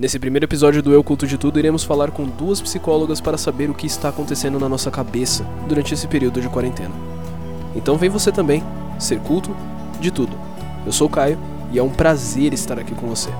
Nesse primeiro episódio do Eu Culto de Tudo, iremos falar com duas psicólogas para saber o que está acontecendo na nossa cabeça durante esse período de quarentena. Então vem você também, ser culto de tudo. Eu sou o Caio e é um prazer estar aqui com você.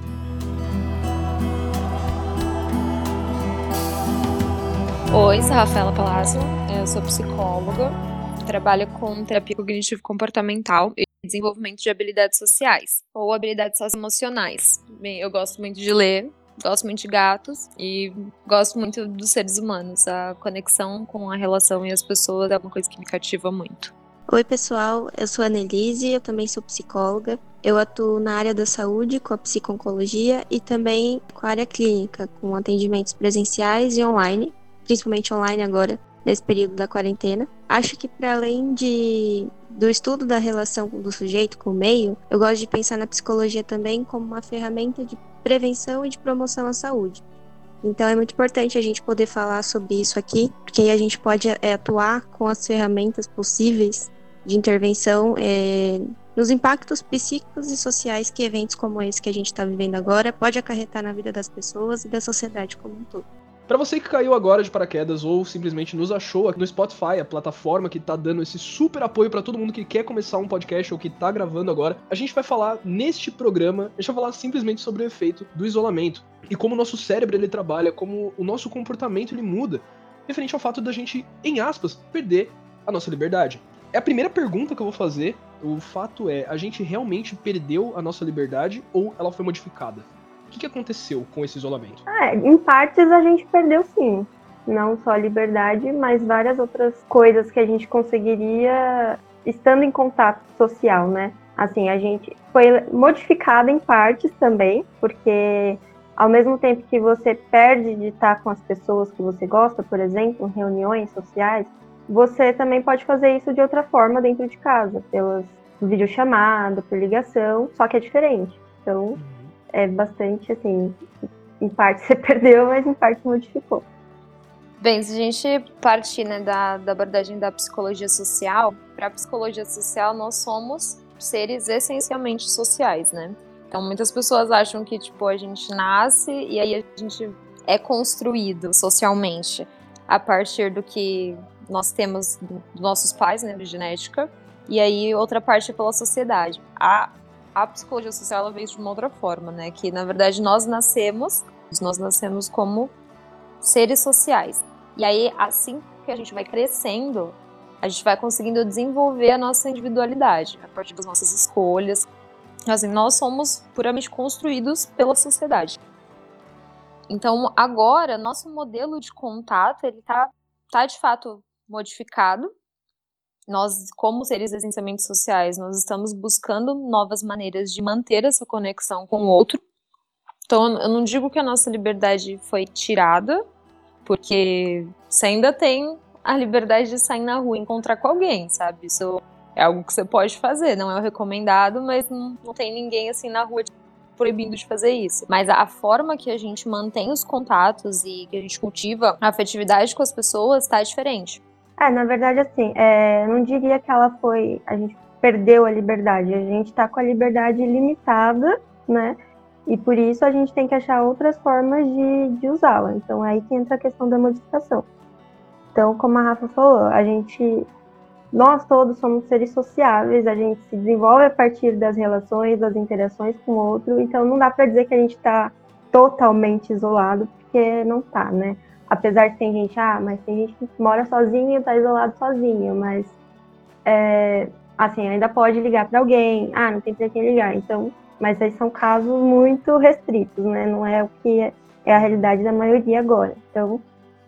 Oi, sou a Rafaela Palazzo, eu sou psicóloga, trabalho com terapia cognitivo-comportamental e desenvolvimento de habilidades sociais, ou habilidades socioemocionais. Bem, eu gosto muito de ler, gosto muito de gatos e gosto muito dos seres humanos. A conexão com a relação e as pessoas é uma coisa que me cativa muito. Oi pessoal, eu sou a Annelise, eu também sou psicóloga. Eu atuo na área da saúde com a psico-oncologia e também com a área clínica, com atendimentos presenciais e online, principalmente online agora, nesse período da quarentena. Acho que para além do estudo da relação do sujeito com o meio, eu gosto de pensar na psicologia também como uma ferramenta de prevenção e de promoção à saúde. Então é muito importante a gente poder falar sobre isso aqui, porque aí a gente pode atuar com as ferramentas possíveis de intervenção nos impactos psíquicos e sociais que eventos como esse que a gente está vivendo agora pode acarretar na vida das pessoas e da sociedade como um todo. Para você que caiu agora de paraquedas ou simplesmente nos achou aqui no Spotify, a plataforma que tá dando esse super apoio para todo mundo que quer começar um podcast ou que tá gravando agora, a gente vai falar neste programa, a gente vai falar simplesmente sobre o efeito do isolamento e como o nosso cérebro ele trabalha, como o nosso comportamento ele muda, referente ao fato da gente, em aspas, perder a nossa liberdade. É a primeira pergunta que eu vou fazer. O fato é, a gente realmente perdeu a nossa liberdade ou ela foi modificada? O que aconteceu com esse isolamento? Em partes a gente perdeu sim. Não só a liberdade, mas várias outras coisas que a gente conseguiria estando em contato social, né? Assim, a gente foi modificada em partes também, porque ao mesmo tempo que você perde de estar com as pessoas que você gosta, por exemplo, em reuniões sociais, você também pode fazer isso de outra forma dentro de casa, pelas videochamada, por ligação, só que é diferente. Então, é bastante, assim, em parte você perdeu, mas em parte modificou. Bem, se a gente partir, né, da abordagem da psicologia social, para a psicologia social nós somos seres essencialmente sociais, né? Então muitas pessoas acham que, tipo, a gente nasce e aí a gente é construído socialmente a partir do que nós temos dos nossos pais, né, de genética, e aí outra parte é pela sociedade. A psicologia social ela veio de uma outra forma, né? Que na verdade nós nascemos como seres sociais. E aí, assim que a gente vai crescendo, a gente vai conseguindo desenvolver a nossa individualidade a partir das nossas escolhas. Assim, nós somos puramente construídos pela sociedade. Então, agora, nosso modelo de contato, ele tá de fato modificado. Nós, como seres essencialmente sociais, nós estamos buscando novas maneiras de manter essa conexão com o outro. Então, eu não digo que a nossa liberdade foi tirada, porque você ainda tem a liberdade de sair na rua e encontrar com alguém, sabe? Isso é algo que você pode fazer, não é o recomendado, mas não tem ninguém assim na rua proibindo de fazer isso. Mas a forma que a gente mantém os contatos e que a gente cultiva a afetividade com as pessoas está diferente. Na verdade, assim, não diria que a gente perdeu a liberdade, a gente tá com a liberdade limitada, né? E por isso a gente tem que achar outras formas de usá-la. Então é aí que entra a questão da modificação. Então, como a Rafa falou, nós todos somos seres sociáveis, a gente se desenvolve a partir das relações, das interações com o outro, então não dá para dizer que a gente está totalmente isolado, porque não tá, né? Apesar de tem gente que mora sozinho e está isolado sozinho, mas assim, ainda pode ligar para alguém, não tem para quem ligar, então, mas aí são casos muito restritos, né? Não é o que é a realidade da maioria agora. Então,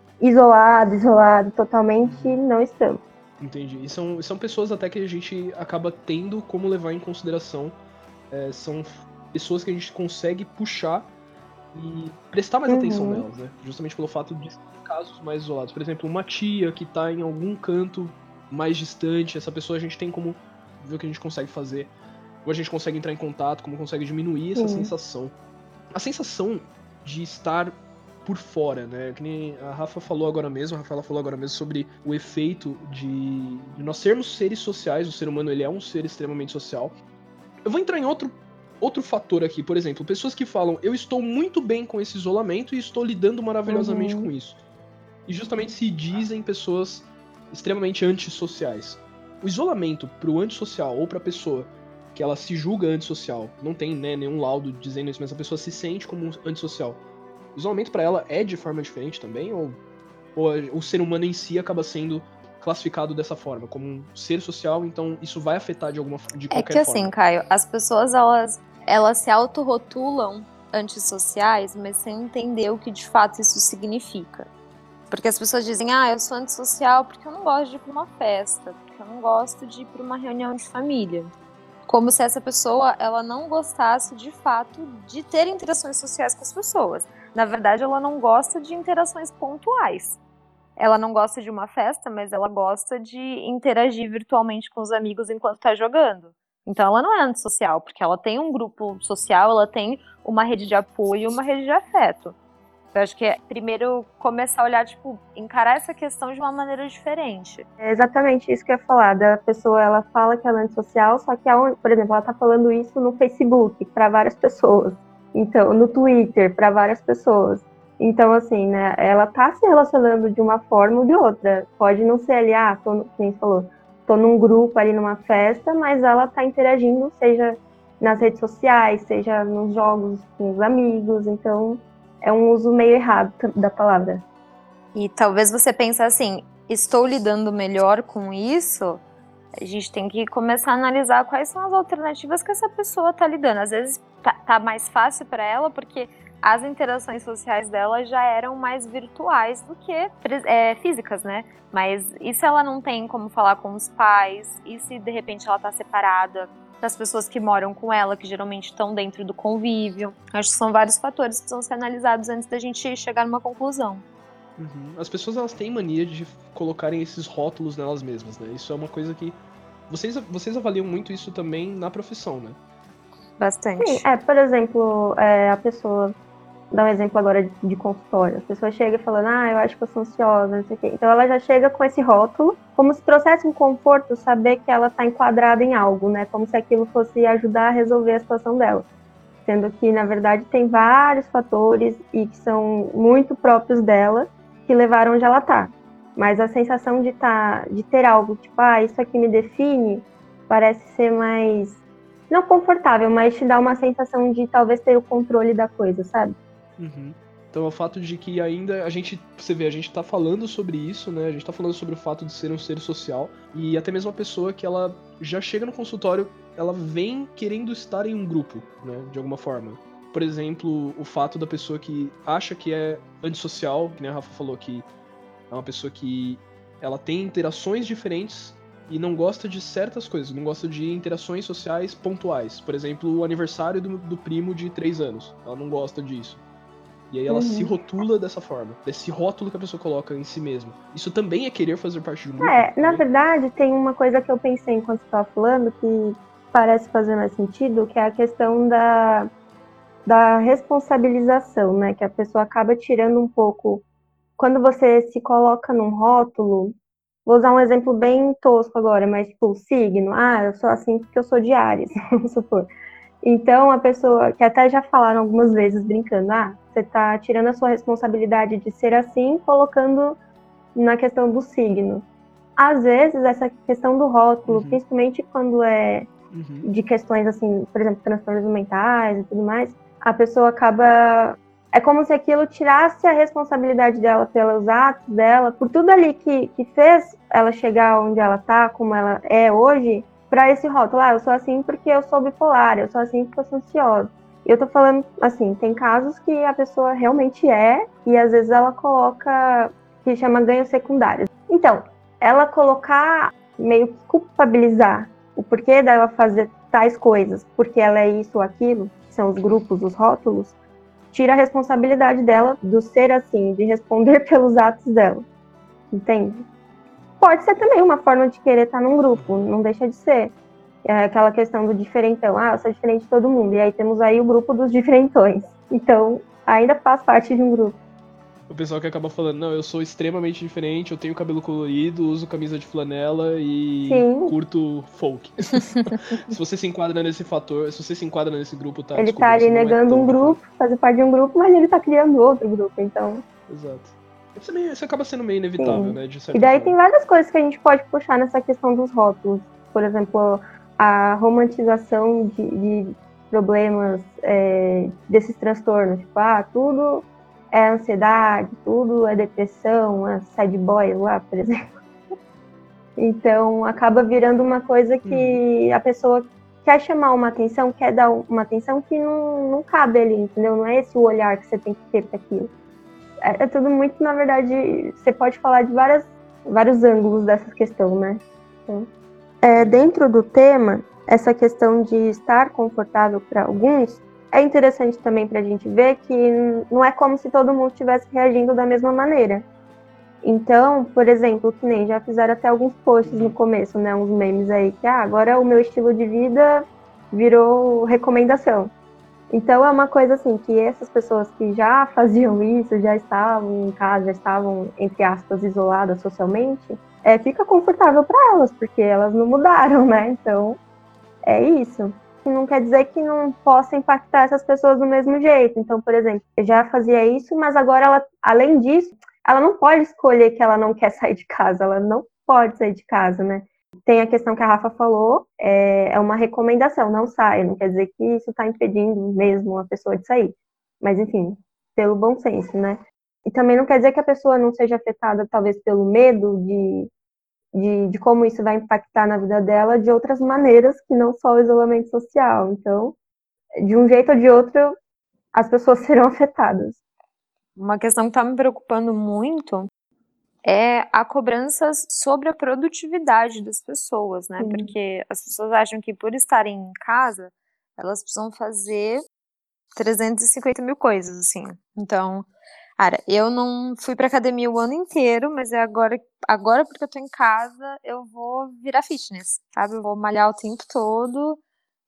isolado, totalmente não estamos. Entendi. E são pessoas até que a gente acaba tendo como levar em consideração. São pessoas que a gente consegue puxar e prestar mais atenção nelas, né? Justamente pelo fato de casos mais isolados. Por exemplo, uma tia que tá em algum canto mais distante, essa pessoa a gente tem como ver o que a gente consegue fazer. Ou a gente consegue entrar em contato, como consegue diminuir essa sensação. A sensação de estar por fora, né? Que nem a Rafaela falou agora mesmo sobre o efeito de nós sermos seres sociais. O ser humano ele é um ser extremamente social. Eu vou entrar em outro outro fator aqui, por exemplo, pessoas que falam, eu estou muito bem com esse isolamento e estou lidando maravilhosamente com isso. E justamente se dizem pessoas extremamente antissociais. O isolamento pro antissocial ou pra pessoa que ela se julga antissocial, não tem, né, nenhum laudo dizendo isso, mas a pessoa se sente como antissocial. O isolamento pra ela é de forma diferente também? Ou o ser humano em si acaba sendo classificado dessa forma, como um ser social, então isso vai afetar de qualquer forma? É que assim, Caio, as pessoas elas se autorrotulam antissociais, mas sem entender o que de fato isso significa. Porque as pessoas dizem, eu sou antissocial porque eu não gosto de ir pra uma festa, porque eu não gosto de ir pra uma reunião de família. Como se essa pessoa, ela não gostasse de fato de ter interações sociais com as pessoas. Na verdade, ela não gosta de interações pontuais. Ela não gosta de uma festa, mas ela gosta de interagir virtualmente com os amigos enquanto tá jogando. Então ela não é antissocial, porque ela tem um grupo social, ela tem uma rede de apoio e uma rede de afeto. Eu acho que é primeiro começar a olhar, encarar essa questão de uma maneira diferente. É exatamente isso que eu ia falar. Da pessoa, ela fala que ela é antissocial, só que, por exemplo, ela tá falando isso no Facebook para várias pessoas. Então, no Twitter para várias pessoas. Então, assim, né, ela tá se relacionando de uma forma ou de outra. Pode não ser ali, como você falou, tô num grupo ali numa festa, mas ela tá interagindo, seja nas redes sociais, seja nos jogos com os amigos. Então, é um uso meio errado da palavra. E talvez você pense assim, estou lidando melhor com isso? A gente tem que começar a analisar quais são as alternativas que essa pessoa está lidando. Às vezes tá mais fácil para ela porque as interações sociais dela já eram mais virtuais do que físicas, né? Mas e se ela não tem como falar com os pais? E se de repente ela está separada das pessoas que moram com ela, que geralmente estão dentro do convívio? Acho que são vários fatores que precisam ser analisados antes da gente chegar numa conclusão. As pessoas, elas têm mania de colocarem esses rótulos nelas mesmas, né? Isso é uma coisa que... Vocês avaliam muito isso também na profissão, né? Bastante. Sim, por exemplo, a pessoa... Dá um exemplo agora de consultório. A pessoa chega falando, eu acho que eu sou ansiosa, não sei o quê. Então ela já chega com esse rótulo, como se trouxesse um conforto saber que ela está enquadrada em algo, né? Como se aquilo fosse ajudar a resolver a situação dela. Sendo que, na verdade, tem vários fatores e que são muito próprios dela que levaram onde ela está. Mas a sensação de ter algo, isso aqui me define, parece ser mais, não confortável, mas te dá uma sensação de talvez ter o controle da coisa, sabe? Então é o fato de que ainda a gente tá falando sobre isso, né? A gente tá falando sobre o fato de ser um ser social e até mesmo a pessoa que ela já chega no consultório, ela vem querendo estar em um grupo, né? De alguma forma. Por exemplo, o fato da pessoa que acha que é antissocial, que nem a Rafa falou, que é uma pessoa que ela tem interações diferentes e não gosta de certas coisas, não gosta de interações sociais pontuais. Por exemplo, o aniversário do primo de 3 anos. Ela não gosta disso. E aí ela se rotula dessa forma, desse rótulo que a pessoa coloca em si mesma. Isso também é querer fazer parte de um grupo? Na verdade, tem uma coisa que eu pensei enquanto você estava falando, que parece fazer mais sentido, que é a questão da responsabilização, né? Que a pessoa acaba tirando um pouco... Quando você se coloca num rótulo, vou usar um exemplo bem tosco agora, mas tipo, o signo, eu sou assim porque eu sou de Áries, vamos supor. Então, a pessoa, que até já falaram algumas vezes brincando, você tá tirando a sua responsabilidade de ser assim, colocando na questão do signo. Às vezes, essa questão do rótulo, principalmente quando é de questões assim, por exemplo, transtornos mentais e tudo mais, a pessoa acaba... É como se aquilo tirasse a responsabilidade dela pelos atos dela, por tudo ali que fez ela chegar onde ela tá, como ela é hoje, para esse rótulo. Eu sou assim porque eu sou bipolar, eu sou assim porque eu sou ansiosa. Eu tô falando, assim, tem casos que a pessoa realmente é, e às vezes ela coloca, que chama ganhos secundários. Então, ela colocar, meio que culpabilizar o porquê dela fazer tais coisas, porque ela é isso ou aquilo, que são os grupos, os rótulos, tira a responsabilidade dela do ser assim, de responder pelos atos dela. Entende? Pode ser também uma forma de querer estar num grupo, não deixa de ser. É aquela questão do diferentão. Eu sou diferente de todo mundo. E aí temos aí o grupo dos diferentões. Então, ainda faz parte de um grupo. O pessoal que acaba falando, não, eu sou extremamente diferente, eu tenho cabelo colorido, uso camisa de flanela e Sim, curto folk. Se você se enquadra nesse fator, se você se enquadra nesse grupo, tá, ele tá desculpa, ali você não é negando tão um diferente. grupo, fazer parte de um grupo, mas ele tá criando outro grupo, então, Exato. Isso acaba sendo meio inevitável, sim. né, de E certa daí tem forma. várias coisas que a gente pode puxar nessa questão dos rótulos. Por exemplo, a romantização de problemas desses transtornos. Tipo, tudo é ansiedade, tudo é depressão, é sad boy lá, por exemplo. Então, acaba virando uma coisa Uhum. que a pessoa quer chamar uma atenção, quer dar uma atenção que não cabe ali, entendeu? Não é esse o olhar que você tem que ter para aquilo. É tudo muito, na verdade, você pode falar de vários ângulos dessa questão, né? Então, dentro do tema, essa questão de estar confortável para alguns, é interessante também para a gente ver que não é como se todo mundo estivesse reagindo da mesma maneira. Então, por exemplo, que nem já fizeram até alguns posts no começo, né? Uns memes aí, que agora o meu estilo de vida virou recomendação. Então é uma coisa assim, que essas pessoas que já faziam isso, já estavam em casa, já estavam, entre aspas, isoladas socialmente, fica confortável para elas, porque elas não mudaram, né? Então é isso. Não quer dizer que não possa impactar essas pessoas do mesmo jeito. Então, por exemplo, eu já fazia isso, mas agora ela, além disso, ela não pode escolher que ela não quer sair de casa, ela não pode sair de casa, né? Tem a questão que a Rafa falou, é uma recomendação, não saia, não quer dizer que isso está impedindo mesmo a pessoa de sair. Mas, enfim, pelo bom senso, né? E também não quer dizer que a pessoa não seja afetada, talvez, pelo medo de como isso vai impactar na vida dela de outras maneiras que não só o isolamento social. Então, de um jeito ou de outro, as pessoas serão afetadas. Uma questão que está me preocupando muito é a cobrança sobre a produtividade das pessoas, né? Sim. Porque as pessoas acham que por estarem em casa, elas precisam fazer 350 mil coisas, assim. Então, cara, eu não fui pra academia o ano inteiro, mas é agora porque eu tô em casa, eu vou virar fitness, sabe? Eu vou malhar o tempo todo,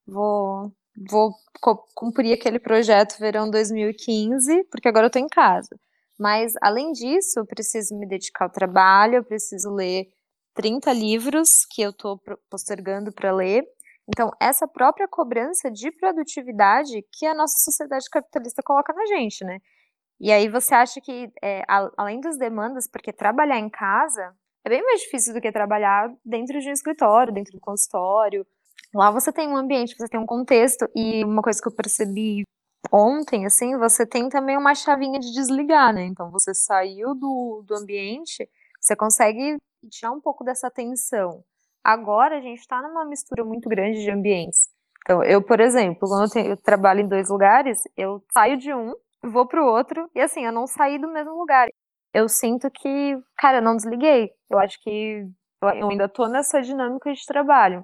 vou cumprir aquele projeto verão 2015, porque agora eu tô em casa. Mas, além disso, eu preciso me dedicar ao trabalho, eu preciso ler 30 livros que eu tô postergando para ler. Então, essa própria cobrança de produtividade que a nossa sociedade capitalista coloca na gente, né? E aí você acha que, além das demandas, porque trabalhar em casa é bem mais difícil do que trabalhar dentro de um escritório, dentro do consultório. Lá você tem um ambiente, você tem um contexto, e uma coisa que eu percebi ontem, assim, você tem também uma chavinha de desligar, né? Então você saiu do ambiente, você consegue tirar um pouco dessa tensão. Agora a gente tá numa mistura muito grande de ambientes. Então, eu, por exemplo, quando eu trabalho em 2 lugares, eu saio de um, vou pro outro, e assim, eu não saí do mesmo lugar. Eu sinto que, cara, eu não desliguei. Eu acho que eu ainda tô nessa dinâmica de trabalho.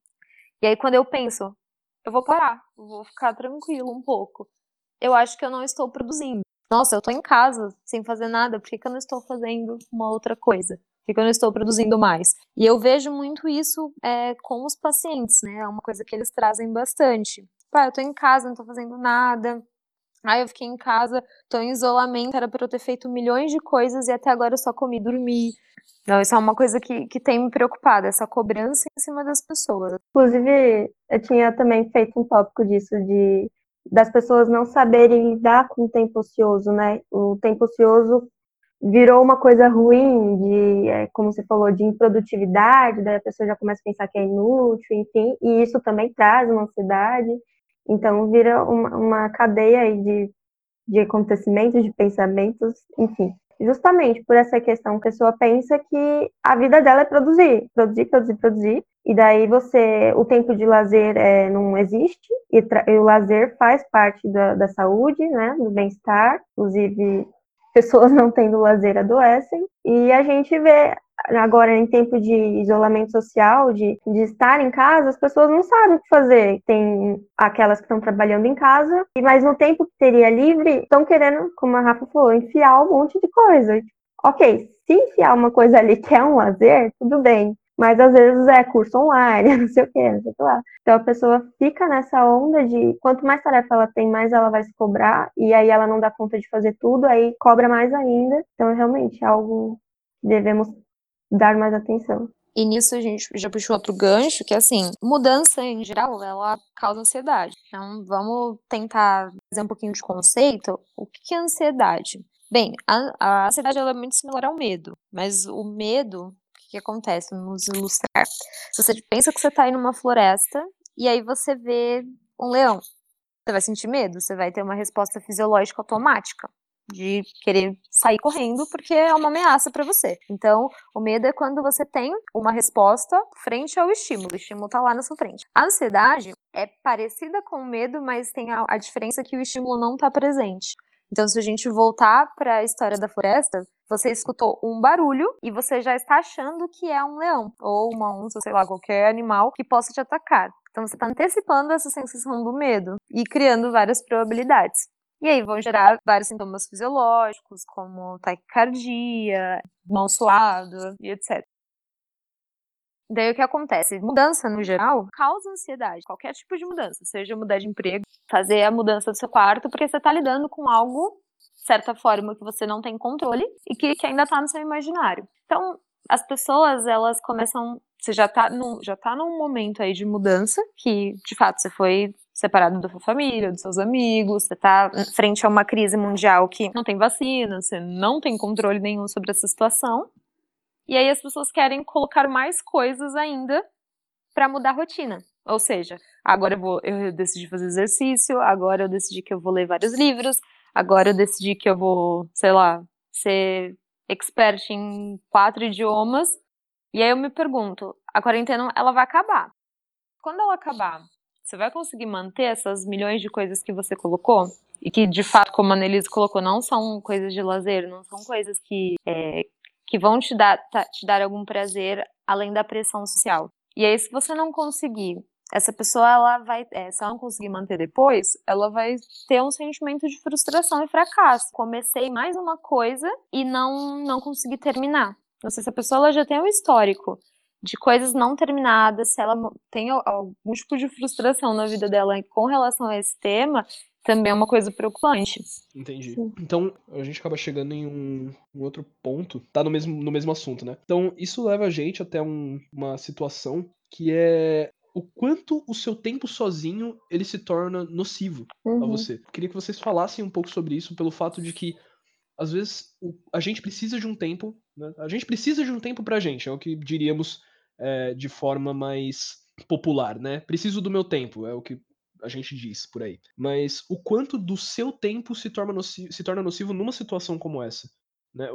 E aí, quando eu penso, eu vou parar, eu vou ficar tranquilo um pouco. Eu acho que eu não estou produzindo. Nossa, eu tô em casa, sem fazer nada, por que que eu não estou fazendo uma outra coisa? Por que que eu não estou produzindo mais? E eu vejo muito isso com os pacientes, né? É uma coisa que eles trazem bastante. Pá, eu tô em casa, não tô fazendo nada. Eu fiquei em casa, tô em isolamento, era pra eu ter feito milhões de coisas e até agora eu só comi e dormi. Não, isso é uma coisa que tem me preocupado, essa cobrança em cima das pessoas. Inclusive, eu tinha também feito um tópico disso, das pessoas não saberem lidar com o tempo ocioso, né? O tempo ocioso virou uma coisa ruim, como você falou, de improdutividade, daí a pessoa já começa a pensar que é inútil, enfim, e isso também traz uma ansiedade. Então, vira uma cadeia aí de acontecimentos, de pensamentos, enfim. Justamente por essa questão, a pessoa pensa que a vida dela é produzir, produzir, produzir, produzir, e daí o tempo de lazer não existe, e o lazer faz parte da saúde, né, do bem-estar, inclusive pessoas não tendo lazer adoecem, e a gente vê agora em tempo de isolamento social, de estar em casa, as pessoas não sabem o que fazer. Tem aquelas que estão trabalhando em casa, mas no tempo que teria livre, estão querendo, como a Rafa falou, enfiar um monte de coisa. Ok, se enfiar uma coisa ali que é um lazer, tudo bem. Mas às vezes é curso online, não sei o que, não sei o que lá. Então a pessoa fica nessa onda de quanto mais tarefa ela tem, mais ela vai se cobrar, e aí ela não dá conta de fazer tudo, aí cobra mais ainda. Então é realmente algo que devemos dar mais atenção. E nisso a gente já puxou outro gancho, que assim, mudança em geral, ela causa ansiedade. Então vamos tentar fazer um pouquinho de conceito. O que é ansiedade? Bem, a ansiedade ela é muito similar ao medo, mas o medo, o que acontece? Vamos ilustrar. Se você pensa que você está em uma floresta e aí você vê um leão, você vai sentir medo, você vai ter uma resposta fisiológica automática de querer sair correndo porque é uma ameaça para você. Então, o medo é quando você tem uma resposta frente ao estímulo. O estímulo está lá na sua frente. A ansiedade é parecida com o medo, mas tem a diferença que o estímulo não está presente. Então, se a gente voltar para a história da floresta, você escutou um barulho e você já está achando que é um leão ou uma onça, sei lá, qualquer animal que possa te atacar. Então, você está antecipando essa sensação do medo e criando várias probabilidades. E aí vão gerar vários sintomas fisiológicos, como taquicardia, mão suada e etc. Daí o que acontece? Mudança, no geral, causa ansiedade. Qualquer tipo de mudança, seja mudar de emprego, fazer a mudança do seu quarto, porque você está lidando com algo, de certa forma, que você não tem controle e que ainda está no seu imaginário. Então, as pessoas, elas começam... Você já tá num momento aí de mudança, que, de fato, você foi separado da sua família, dos seus amigos, você tá frente a uma crise mundial que não tem vacina, você não tem controle nenhum sobre essa situação. E aí as pessoas querem colocar mais coisas ainda para mudar a rotina. Ou seja, agora eu decidi fazer exercício, agora eu decidi que eu vou ler vários livros, agora eu decidi que eu vou, sei lá, ser expert em 4 idiomas. E aí eu me pergunto, a quarentena ela vai acabar. Quando ela acabar, você vai conseguir manter essas milhões de coisas que você colocou? E que, de fato, como a Annelise colocou, não são coisas de lazer, não são coisas que vão te dar algum prazer além da pressão social. E aí, se você não conseguir, essa pessoa, ela vai, se ela não conseguir manter depois, ela vai ter um sentimento de frustração e fracasso. Comecei mais uma coisa e não consegui terminar. Não sei se a pessoa ela já tem um histórico de coisas não terminadas, se ela tem algum tipo de frustração na vida dela com relação a esse tema, também é uma coisa preocupante. Entendi. Então, a gente acaba chegando em um outro ponto, tá no mesmo assunto, né? Então, isso leva a gente até uma situação que é o quanto o seu tempo sozinho, ele se torna nocivo a você. Queria que vocês falassem um pouco sobre isso, pelo fato de que, às vezes, a gente precisa de um tempo, né? A gente precisa de um tempo pra gente, é o que diríamos de forma mais popular, né? Preciso do meu tempo, é o que a gente diz por aí. Mas o quanto do seu tempo se torna nocivo numa situação como essa? Né?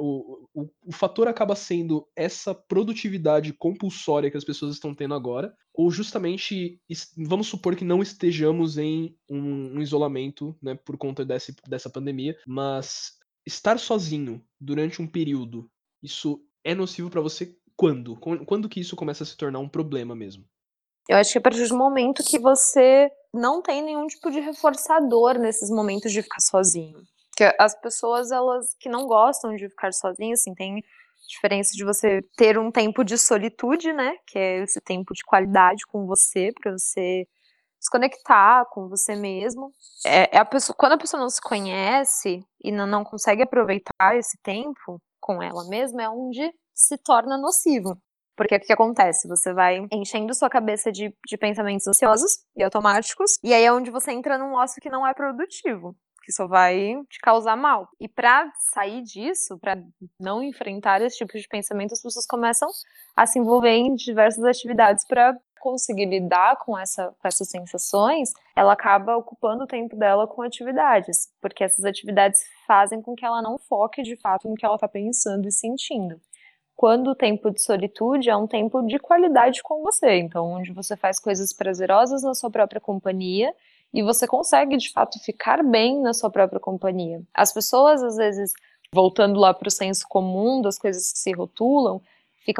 O fator acaba sendo essa produtividade compulsória que as pessoas estão tendo agora, ou justamente, vamos supor que não estejamos em um isolamento, né, por conta dessa pandemia, mas estar sozinho durante um período, isso é nocivo pra você quando? Quando que isso começa a se tornar um problema mesmo? Eu acho que a partir do momento que você não tem nenhum tipo de reforçador nesses momentos de ficar sozinho. Porque as pessoas, elas que não gostam de ficar sozinhas, assim, tem diferença de você ter um tempo de solitude, né, que é esse tempo de qualidade com você, pra você se conectar com você mesmo. Quando a pessoa não se conhece e não consegue aproveitar esse tempo com ela mesma, é onde se torna nocivo. Porque o que acontece? Você vai enchendo sua cabeça de pensamentos ansiosos e automáticos, e aí é onde você entra num ócio que não é produtivo, que só vai te causar mal. E pra sair disso, pra não enfrentar esse tipo de pensamento, as pessoas começam a se envolver em diversas atividades pra conseguir lidar com essas sensações. Ela acaba ocupando o tempo dela com atividades, porque essas atividades fazem com que ela não foque de fato no que ela tá pensando e sentindo. Quando o tempo de solitude é um tempo de qualidade com você, então onde você faz coisas prazerosas na sua própria companhia e você consegue de fato ficar bem na sua própria companhia. As pessoas às vezes, voltando lá para o senso comum das coisas que se rotulam, ficam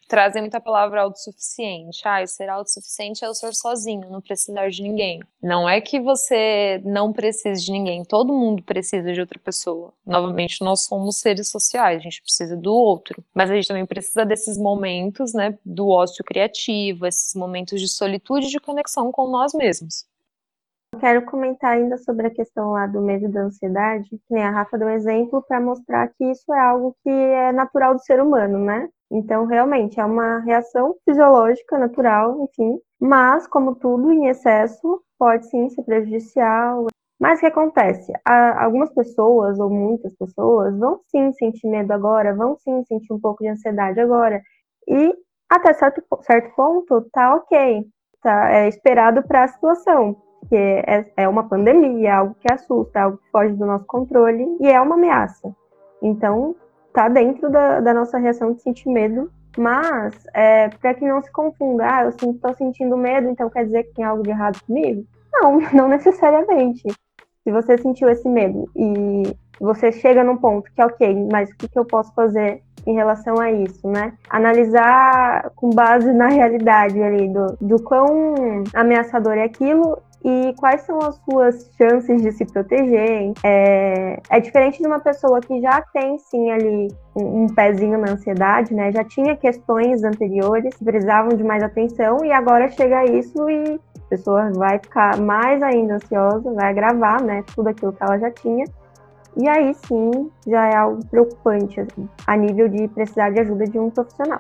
trazem muita palavra autossuficiente. Ser autossuficiente é eu ser sozinho, não precisar de ninguém. Não é que você não precise de ninguém, todo mundo precisa de outra pessoa. Novamente, nós somos seres sociais, a gente precisa do outro. Mas a gente também precisa desses momentos, né, do ócio criativo, esses momentos de solitude e de conexão com nós mesmos. Quero comentar ainda sobre a questão lá do medo e da ansiedade, que nem a Rafa deu um exemplo para mostrar que isso é algo que é natural do ser humano, né? Então, realmente, é uma reação fisiológica, natural, enfim. Mas, como tudo, em excesso, pode sim ser prejudicial. Mas o que acontece? Algumas pessoas, ou muitas pessoas, vão sim sentir medo agora, vão sim sentir um pouco de ansiedade agora. E, até certo ponto, tá ok. É esperado para a situação. Porque é uma pandemia, é algo que assusta, é algo que foge do nosso controle e é uma ameaça. Então, tá dentro da nossa reação de sentir medo, mas para que não se confunda, eu estou sentindo medo, então quer dizer que tem algo de errado comigo? Não, não necessariamente. Se você sentiu esse medo e você chega num ponto que é ok, mas o que eu posso fazer em relação a isso, né? Analisar com base na realidade ali do quão ameaçador é aquilo e quais são as suas chances de se proteger. É diferente de uma pessoa que já tem, sim, ali um pezinho na ansiedade, né? Já tinha questões anteriores que precisavam de mais atenção e agora chega isso e a pessoa vai ficar mais ainda ansiosa, vai agravar, né? Tudo aquilo que ela já tinha. E aí, sim, já é algo preocupante, assim, a nível de precisar de ajuda de um profissional.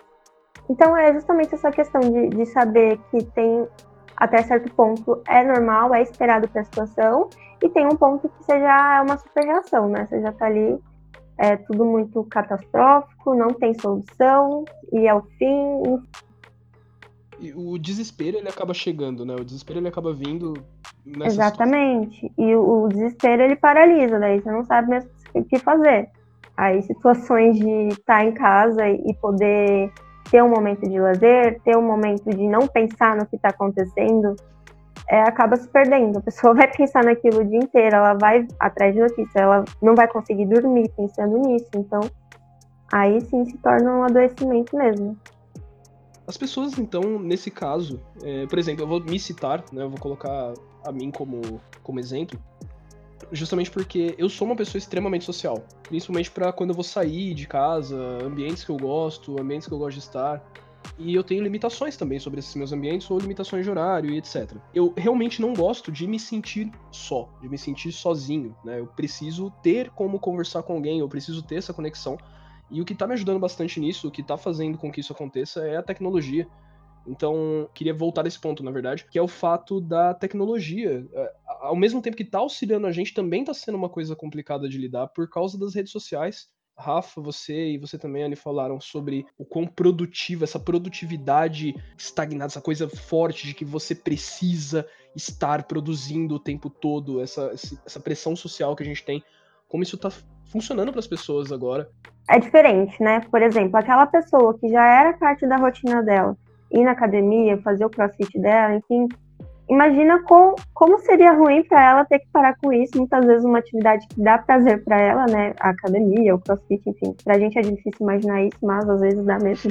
Então, é justamente essa questão de saber que tem, até certo ponto, é normal, é esperado para a situação, e tem um ponto que você já é uma super reação, né? Você já tá ali, é tudo muito catastrófico, não tem solução, e é o fim. E o desespero, ele acaba chegando, né? O desespero, ele acaba vindo nessa Exatamente. Situação. E o desespero, ele paralisa, daí você não sabe mesmo o que fazer. Aí, situações de estar em casa e poder ter um momento de lazer, ter um momento de não pensar no que está acontecendo, acaba se perdendo. A pessoa vai pensar naquilo o dia inteiro, ela vai atrás de notícia, ela não vai conseguir dormir pensando nisso. Então, aí sim se torna um adoecimento mesmo. As pessoas, então, nesse caso, por exemplo, eu vou me citar, né, eu vou colocar a mim como exemplo, justamente porque eu sou uma pessoa extremamente social, principalmente para quando eu vou sair de casa, ambientes que eu gosto de estar, e eu tenho limitações também sobre esses meus ambientes, ou limitações de horário e etc. Eu realmente não gosto de me sentir só, de me sentir sozinho, né, eu preciso ter como conversar com alguém, eu preciso ter essa conexão. E o que tá me ajudando bastante nisso, o que tá fazendo com que isso aconteça é a tecnologia. Então, queria voltar a esse ponto, na verdade, que é o fato da tecnologia. Ao mesmo tempo que tá auxiliando a gente, também tá sendo uma coisa complicada de lidar por causa das redes sociais. Rafa, você e você também, Anny, falaram sobre o quão produtiva, essa produtividade estagnada, essa coisa forte de que você precisa estar produzindo o tempo todo, essa pressão social que a gente tem, como isso tá funcionando para as pessoas agora. É diferente, né? Por exemplo, aquela pessoa que já era parte da rotina dela, ir na academia, fazer o crossfit dela, enfim, imagina como seria ruim para ela ter que parar com isso. Muitas vezes uma atividade que dá prazer para ela, né? A academia, o crossfit, enfim. Pra gente é difícil imaginar isso, mas às vezes dá mesmo.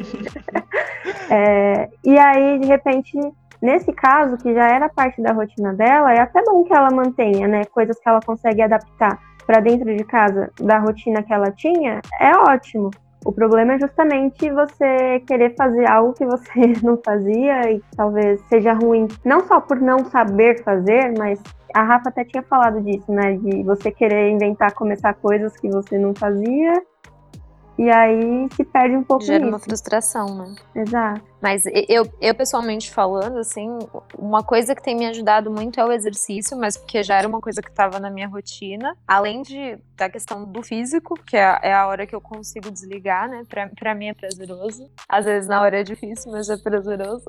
E aí, de repente, nesse caso, que já era parte da rotina dela, é até bom que ela mantenha, né? Coisas que ela consegue adaptar para dentro de casa da rotina que ela tinha, é ótimo. O problema é justamente você querer fazer algo que você não fazia e que talvez seja ruim, não só por não saber fazer, mas a Rafa até tinha falado disso, né? De você querer inventar, começar coisas que você não fazia e aí se perde um pouco Gera nisso. uma frustração, né? Exato. Mas eu pessoalmente falando, assim, uma coisa que tem me ajudado muito é o exercício, mas porque já era uma coisa que estava na minha rotina. Além da questão do físico, que é a hora que eu consigo desligar, né? Pra mim é prazeroso. Às vezes na hora é difícil, mas é prazeroso.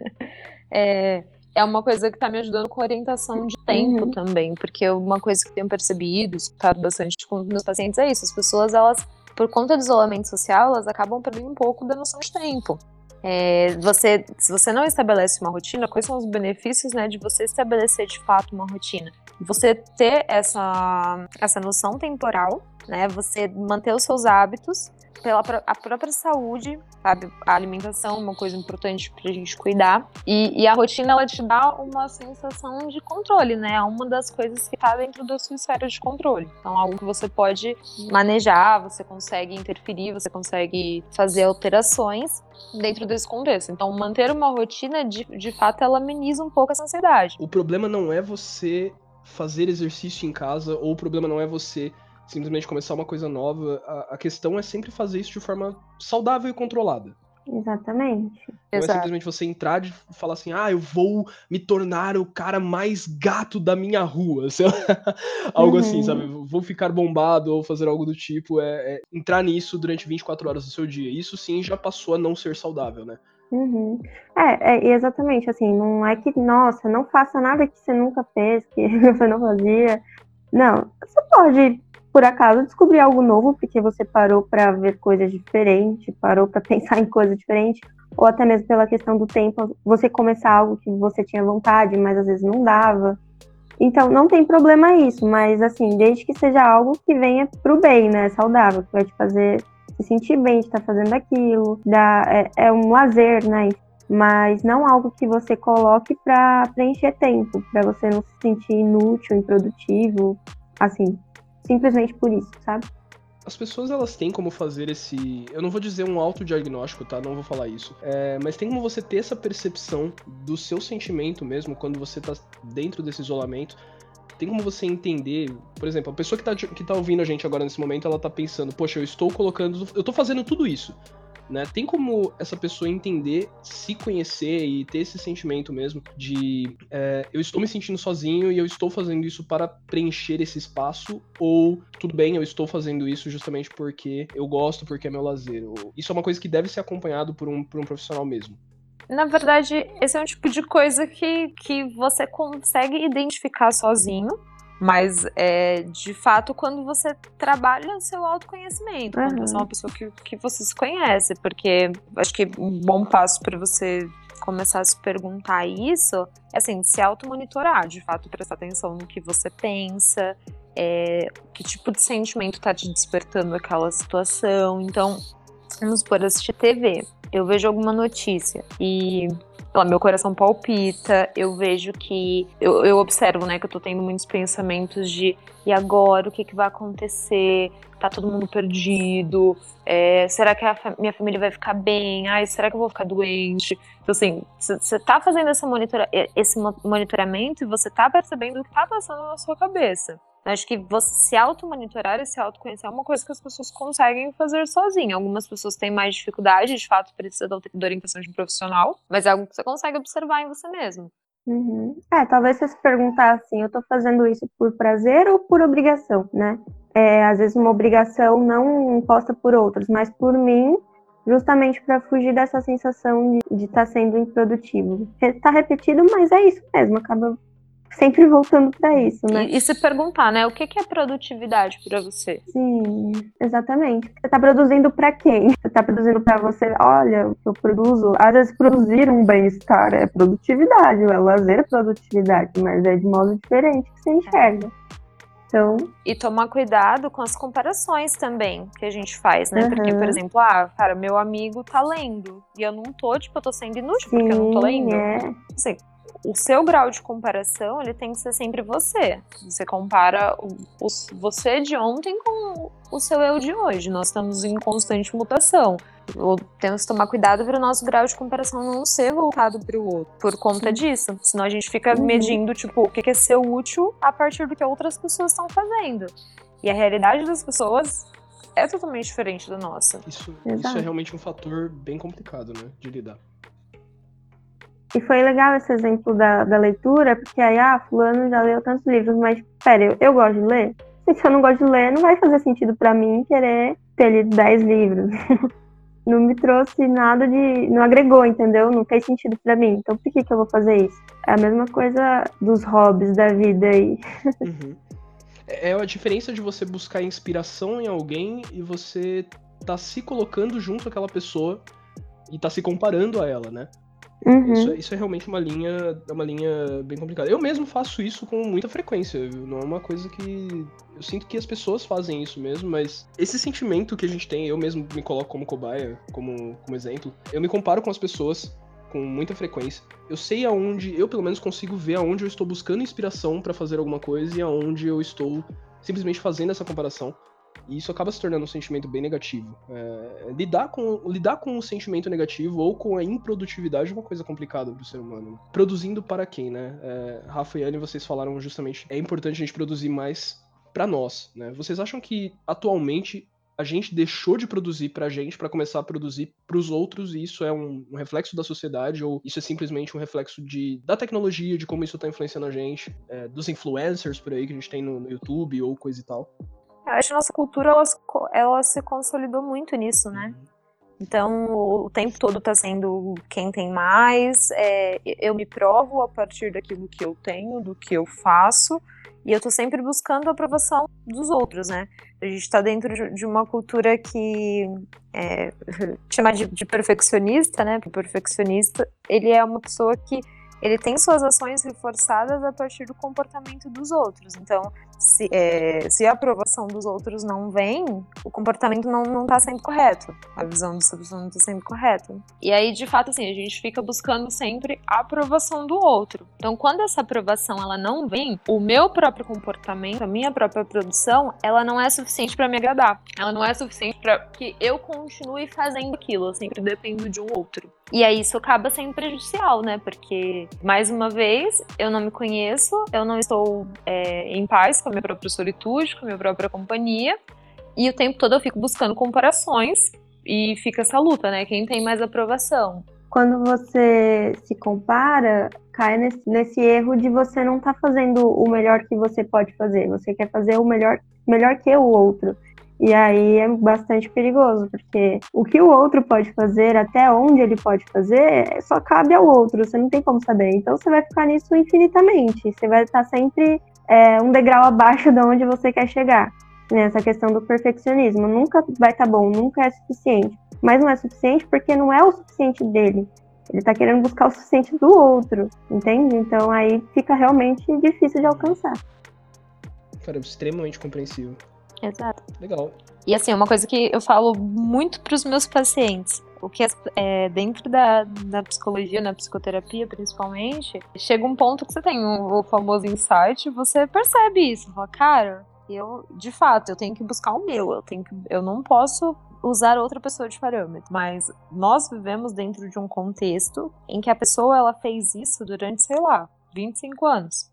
É uma coisa que tá me ajudando com orientação de tempo também, porque uma coisa que eu tenho percebido, escutado bastante com os meus pacientes é isso. As pessoas, elas, por conta do isolamento social, elas acabam perdendo um pouco da noção de tempo. Se você não estabelece uma rotina, quais são os benefícios, né, de você estabelecer de fato uma rotina? Você ter essa noção temporal, né? Você manter os seus hábitos pela a própria saúde, sabe? A alimentação é uma coisa importante pra gente cuidar. E a rotina, ela te dá uma sensação de controle, né? É uma das coisas que tá dentro da sua esfera de controle. Então, algo que você pode manejar, você consegue interferir, você consegue fazer alterações dentro desse contexto. Então, manter uma rotina, de fato, ela ameniza um pouco essa ansiedade. O problema não é você fazer exercício em casa, ou o problema não é você simplesmente começar uma coisa nova. A questão é sempre fazer isso de forma saudável e controlada. Exatamente. Não é simplesmente você entrar e falar assim, eu vou me tornar o cara mais gato da minha rua. Algo assim, sabe? Vou ficar bombado ou fazer algo do tipo. Entrar nisso durante 24 horas do seu dia. Isso sim já passou a não ser saudável, né? Exatamente, assim, não é que, nossa, não faça nada que você nunca fez, que você não fazia. Não, você pode, por acaso, descobrir algo novo, porque você parou para ver coisas diferentes, parou para pensar em coisas diferentes, ou até mesmo pela questão do tempo, você começar algo que você tinha vontade, mas às vezes não dava. Então, não tem problema isso, mas assim, desde que seja algo que venha pro bem, né, saudável, que vai te fazer se sentir bem de estar fazendo aquilo, é um lazer, né, mas não algo que você coloque para preencher tempo, para você não se sentir inútil, improdutivo, assim, simplesmente por isso, sabe? As pessoas, elas têm como fazer esse... Eu não vou dizer um autodiagnóstico, tá? Não vou falar isso. Mas tem como você ter essa percepção do seu sentimento mesmo, quando você tá dentro desse isolamento. Tem como você entender... Por exemplo, a pessoa que tá ouvindo a gente agora nesse momento, ela tá pensando, poxa, eu tô fazendo tudo isso, né? Tem como essa pessoa entender, se conhecer e ter esse sentimento mesmo de eu estou me sentindo sozinho e eu estou fazendo isso para preencher esse espaço, ou tudo bem, eu estou fazendo isso justamente porque eu gosto, porque é meu lazer. Isso é uma coisa que deve ser acompanhado por um profissional mesmo. Na verdade, esse é um tipo de coisa que você consegue identificar sozinho, mas de fato quando você trabalha o seu autoconhecimento, quando você é uma pessoa que você se conhece, porque acho que um bom passo para você começar a se perguntar isso é assim, se automonitorar, de fato prestar atenção no que você pensa, que tipo de sentimento está te despertando aquela situação. Então, vamos supor, assistir TV, eu vejo alguma notícia e meu coração palpita, eu vejo que... Eu observo, né, que eu tô tendo muitos pensamentos de e agora, o que vai acontecer? Tá todo mundo perdido? Será que minha família vai ficar bem? Será que eu vou ficar doente? Então, assim, você tá fazendo esse monitoramento e você tá percebendo o que tá passando na sua cabeça. Eu acho que você se automonitorar e se autoconhecer é uma coisa que as pessoas conseguem fazer sozinhas. Algumas pessoas têm mais dificuldade, de fato, precisa da orientação de um profissional, mas é algo que você consegue observar em você mesmo. Talvez você se perguntar assim, eu tô fazendo isso por prazer ou por obrigação, né? Às vezes uma obrigação não imposta por outros, mas por mim, justamente para fugir dessa sensação de estar sendo improdutivo. Tá repetido, mas é isso mesmo, acaba sempre voltando para isso, né? E se perguntar, né, o que é produtividade para você? Sim, exatamente. Você tá produzindo para quem? Você tá produzindo para você, olha, o que eu produzo, às vezes produzir um bem-estar é produtividade, o lazer é produtividade, mas é de modo diferente que você enxerga. Então... E tomar cuidado com as comparações também que a gente faz, né? Porque, por exemplo, cara, meu amigo tá lendo e eu não tô, eu tô sendo inútil porque eu não tô lendo. Assim, o seu grau de comparação, ele tem que ser sempre você. Você compara você de ontem com o seu eu de hoje. Nós estamos em constante mutação. Temos que tomar cuidado para o nosso grau de comparação não ser voltado para o outro, por conta disso. Senão a gente fica medindo, o que é ser útil a partir do que outras pessoas estão fazendo. E a realidade das pessoas é totalmente diferente da nossa. Isso é realmente um fator bem complicado, né, de lidar. E foi legal esse exemplo da leitura, porque aí, fulano já leu tantos livros, mas, pera, eu gosto de ler? Se eu não gosto de ler, não vai fazer sentido pra mim querer ter lido 10 livros. Não me trouxe nada não agregou, entendeu? Não fez sentido pra mim, então por que eu vou fazer isso? É a mesma coisa dos hobbies da vida aí. É a diferença de você buscar inspiração em alguém e você tá se colocando junto àquela pessoa e tá se comparando a ela, né? Uhum. Isso é realmente uma linha bem complicada. Eu mesmo faço isso com muita frequência, viu? Não é uma coisa que... Eu sinto que as pessoas fazem isso mesmo, mas esse sentimento que a gente tem, eu mesmo me coloco como cobaia, como exemplo, eu me comparo com as pessoas com muita frequência. Eu sei aonde, eu pelo menos consigo ver aonde eu estou buscando inspiração pra fazer alguma coisa e aonde eu estou simplesmente fazendo essa comparação. E isso acaba se tornando um sentimento bem negativo. Lidar com o sentimento negativo ou com a improdutividade é uma coisa complicada pro ser humano. Né? Produzindo para quem, né? Rafa e Anne, vocês falaram justamente, é importante a gente produzir mais para nós, né? Vocês acham que atualmente a gente deixou de produzir pra gente para começar a produzir pros outros e isso é um reflexo da sociedade ou isso é simplesmente um reflexo da tecnologia, de como isso tá influenciando a gente, dos influencers por aí que a gente tem no YouTube ou coisa e tal? Eu acho que a nossa cultura ela se consolidou muito nisso, né? Então, o tempo todo tá sendo quem tem mais, eu me provo a partir daquilo que eu tenho, do que eu faço, e eu tô sempre buscando a aprovação dos outros, né? A gente tá dentro de uma cultura que chama de perfeccionista, né? O perfeccionista, ele é uma pessoa que ele tem suas ações reforçadas a partir do comportamento dos outros. Então, se a aprovação dos outros não vem, o comportamento não tá sendo correto. A visão dessa pessoa não tá sendo correta. E aí, de fato, assim, a gente fica buscando sempre a aprovação do outro. Então, quando essa aprovação ela não vem, o meu próprio comportamento, a minha própria produção, ela não é suficiente para me agradar. Ela não é suficiente para que eu continue fazendo aquilo. Eu sempre dependo de um outro. E aí isso acaba sendo prejudicial, né? Porque, mais uma vez, eu não me conheço, eu não estou em paz com a minha própria solitude, com a minha própria companhia, e o tempo todo eu fico buscando comparações e fica essa luta, né? Quem tem mais aprovação? Quando você se compara, cai nesse erro de você não estar fazendo o melhor que você pode fazer. Você quer fazer o melhor que o outro. E aí é bastante perigoso, porque o que o outro pode fazer, até onde ele pode fazer, só cabe ao outro, você não tem como saber. Então você vai ficar nisso infinitamente, você vai estar sempre um degrau abaixo de onde você quer chegar. Nessa questão do perfeccionismo, nunca vai estar bom, nunca é suficiente. Mas não é suficiente porque não é o suficiente dele. Ele tá querendo buscar o suficiente do outro, entende? Então aí fica realmente difícil de alcançar. Cara, extremamente compreensível. Exato. Legal. E assim, uma coisa que eu falo muito para os meus pacientes, o que dentro da psicologia, na psicoterapia principalmente, chega um ponto que você tem o famoso insight, você percebe isso, fala, cara, de fato, eu tenho que buscar o meu, eu não posso usar outra pessoa de parâmetro, mas nós vivemos dentro de um contexto em que a pessoa ela fez isso durante, sei lá, 25 anos.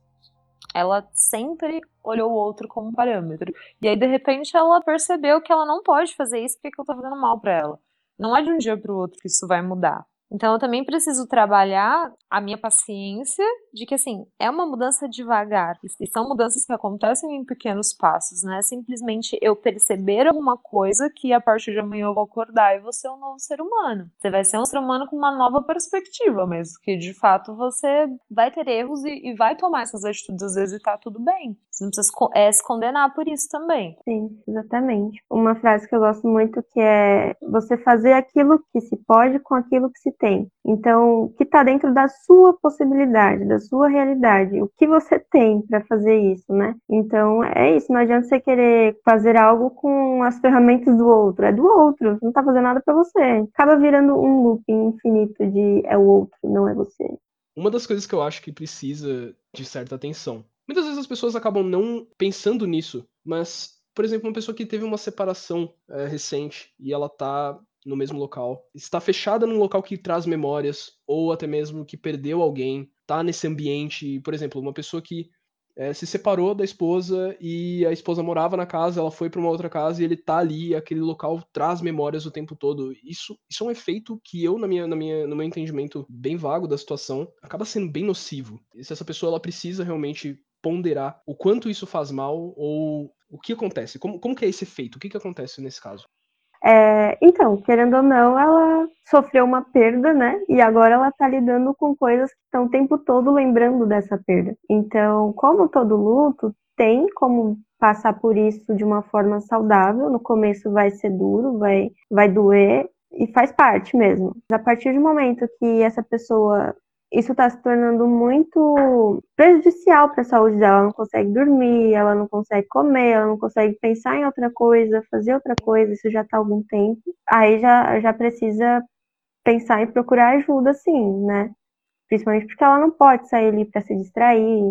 Ela sempre olhou o outro como parâmetro. E aí, de repente, ela percebeu que ela não pode fazer isso porque eu tô fazendo mal pra ela. Não é de um dia pro outro que isso vai mudar. Então, eu também preciso trabalhar a minha paciência de que, assim, é uma mudança devagar. E são mudanças que acontecem em pequenos passos, né? Simplesmente eu perceber alguma coisa que a partir de amanhã eu vou acordar e vou ser um novo ser humano. Você vai ser um ser humano com uma nova perspectiva, mas que, de fato, você vai ter erros e vai tomar essas atitudes às vezes e tá tudo bem. Você não precisa se condenar por isso também. Sim, exatamente. Uma frase que eu gosto muito que é você fazer aquilo que se pode com aquilo que se tem. Então, o que está dentro da sua possibilidade, da sua realidade, o que você tem para fazer isso, né? Então, é isso, não adianta você querer fazer algo com as ferramentas do outro, é do outro, não está fazendo nada para você. Acaba virando um looping infinito de é o outro, não é você. Uma das coisas que eu acho que precisa de certa atenção. Muitas vezes as pessoas acabam não pensando nisso, mas, por exemplo, uma pessoa que teve uma separação recente e ela tá no mesmo local, está fechada num local que traz memórias, ou até mesmo que perdeu alguém, tá nesse ambiente, por exemplo, uma pessoa que se separou da esposa e a esposa morava na casa, ela foi para uma outra casa e ele tá ali, aquele local traz memórias o tempo todo. Isso é um efeito que eu, no meu entendimento bem vago da situação, acaba sendo bem nocivo. E se essa pessoa ela precisa realmente ponderar o quanto isso faz mal ou o que acontece, como que é esse efeito, o que acontece nesse caso? Então, querendo ou não, ela sofreu uma perda, né? E agora ela tá lidando com coisas que estão o tempo todo lembrando dessa perda. Então, como todo luto, tem como passar por isso de uma forma saudável. No começo vai ser duro, vai doer, E faz parte mesmo. A partir do momento que essa pessoa, isso está se tornando muito prejudicial para a saúde dela, ela não consegue dormir, ela não consegue comer, ela não consegue pensar em outra coisa, fazer outra coisa, isso já está há algum tempo, aí já precisa pensar em procurar ajuda, sim, né? Principalmente porque ela não pode sair ali para se distrair.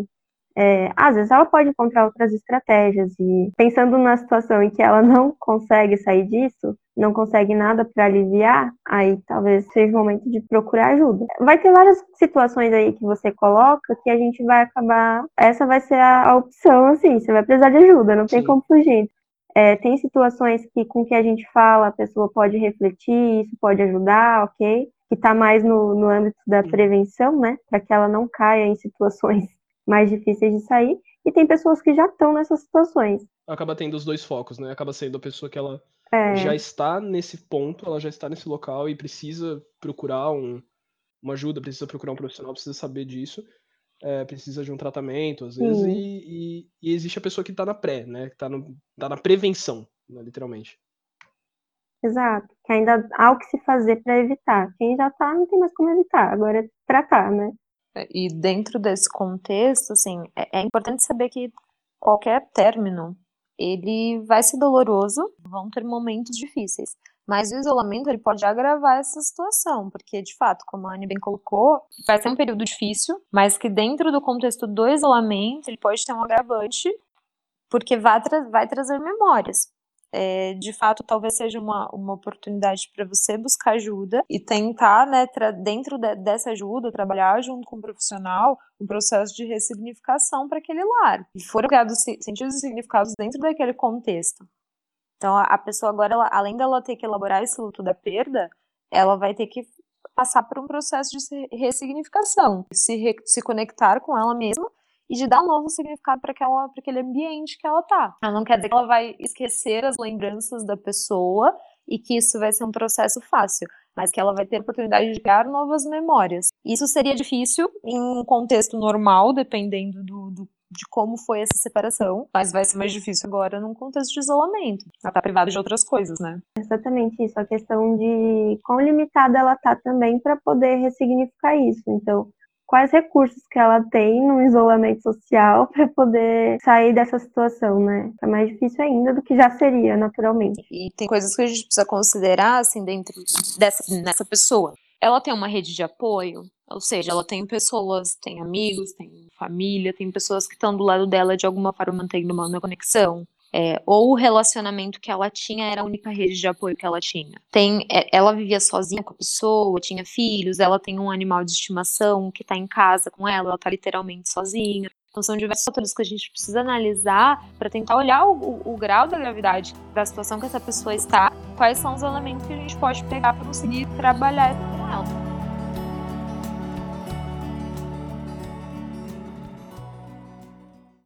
Às vezes ela pode encontrar outras estratégias e pensando na situação em que ela não consegue sair disso, não consegue nada para aliviar, aí talvez seja o momento de procurar ajuda. Vai ter várias situações aí que você coloca que a gente vai acabar, essa vai ser a opção, assim, você vai precisar de ajuda, não tem Sim. como fugir. Tem situações que com o que a gente fala, a pessoa pode refletir, isso pode ajudar, ok? Que está mais no âmbito da prevenção, né? Para que ela não caia em situações mais difíceis de sair, e tem pessoas que já estão nessas situações. Acaba tendo os dois focos, né? Acaba sendo a pessoa que ela É, já está nesse ponto, ela já está nesse local e precisa procurar uma ajuda, precisa procurar um profissional, precisa saber disso, precisa de um tratamento, às vezes, sim, e existe a pessoa que está na pré, né? Que tá na prevenção, né? Literalmente. exato. Que ainda há o que se fazer para evitar. Quem já está não tem mais como evitar, agora é tratar, né? E dentro desse contexto, assim, é importante saber que qualquer término, ele vai ser doloroso, vão ter momentos difíceis. Mas o isolamento, ele pode agravar essa situação, porque, de fato, como a Anne bem colocou, vai ser um período difícil, mas que dentro do contexto do isolamento, ele pode ter um agravante, porque vai trazer memórias. De fato, talvez seja uma oportunidade para você buscar ajuda e tentar, né, dentro dessa ajuda, trabalhar junto com um profissional, um processo de ressignificação para aquele lar. E foram criados sentidos e significados dentro daquele contexto. Então, a pessoa agora, além dela ter que elaborar esse luto da perda, ela vai ter que passar por um processo de ressignificação, se conectar com ela mesma e de dar um novo significado para aquele ambiente que ela tá. Ela não quer dizer que ela vai esquecer as lembranças da pessoa e que isso vai ser um processo fácil, mas que ela vai ter a oportunidade de criar novas memórias. Isso seria difícil em um contexto normal, dependendo de como foi essa separação, mas vai ser mais difícil agora num contexto de isolamento. Ela tá privada de outras coisas, né? Exatamente isso, a questão de quão limitada ela está também para poder ressignificar isso. Então, quais recursos que ela tem no isolamento social para poder sair dessa situação, né? É mais difícil ainda do que já seria, naturalmente. E tem coisas que a gente precisa considerar, assim, dentro nessa pessoa. Ela tem uma rede de apoio, ou seja, ela tem pessoas, tem amigos, tem família, tem pessoas que estão do lado dela de alguma forma mantendo uma conexão. Ou o relacionamento que ela tinha era a única rede de apoio que ela tinha. Ela vivia sozinha com a pessoa, tinha filhos, ela tem um animal de estimação que está em casa com ela tá literalmente sozinha. Então são diversos fatores que a gente precisa analisar para tentar olhar o grau da gravidade da situação que essa pessoa está, quais são os elementos que a gente pode pegar para conseguir trabalhar com ela.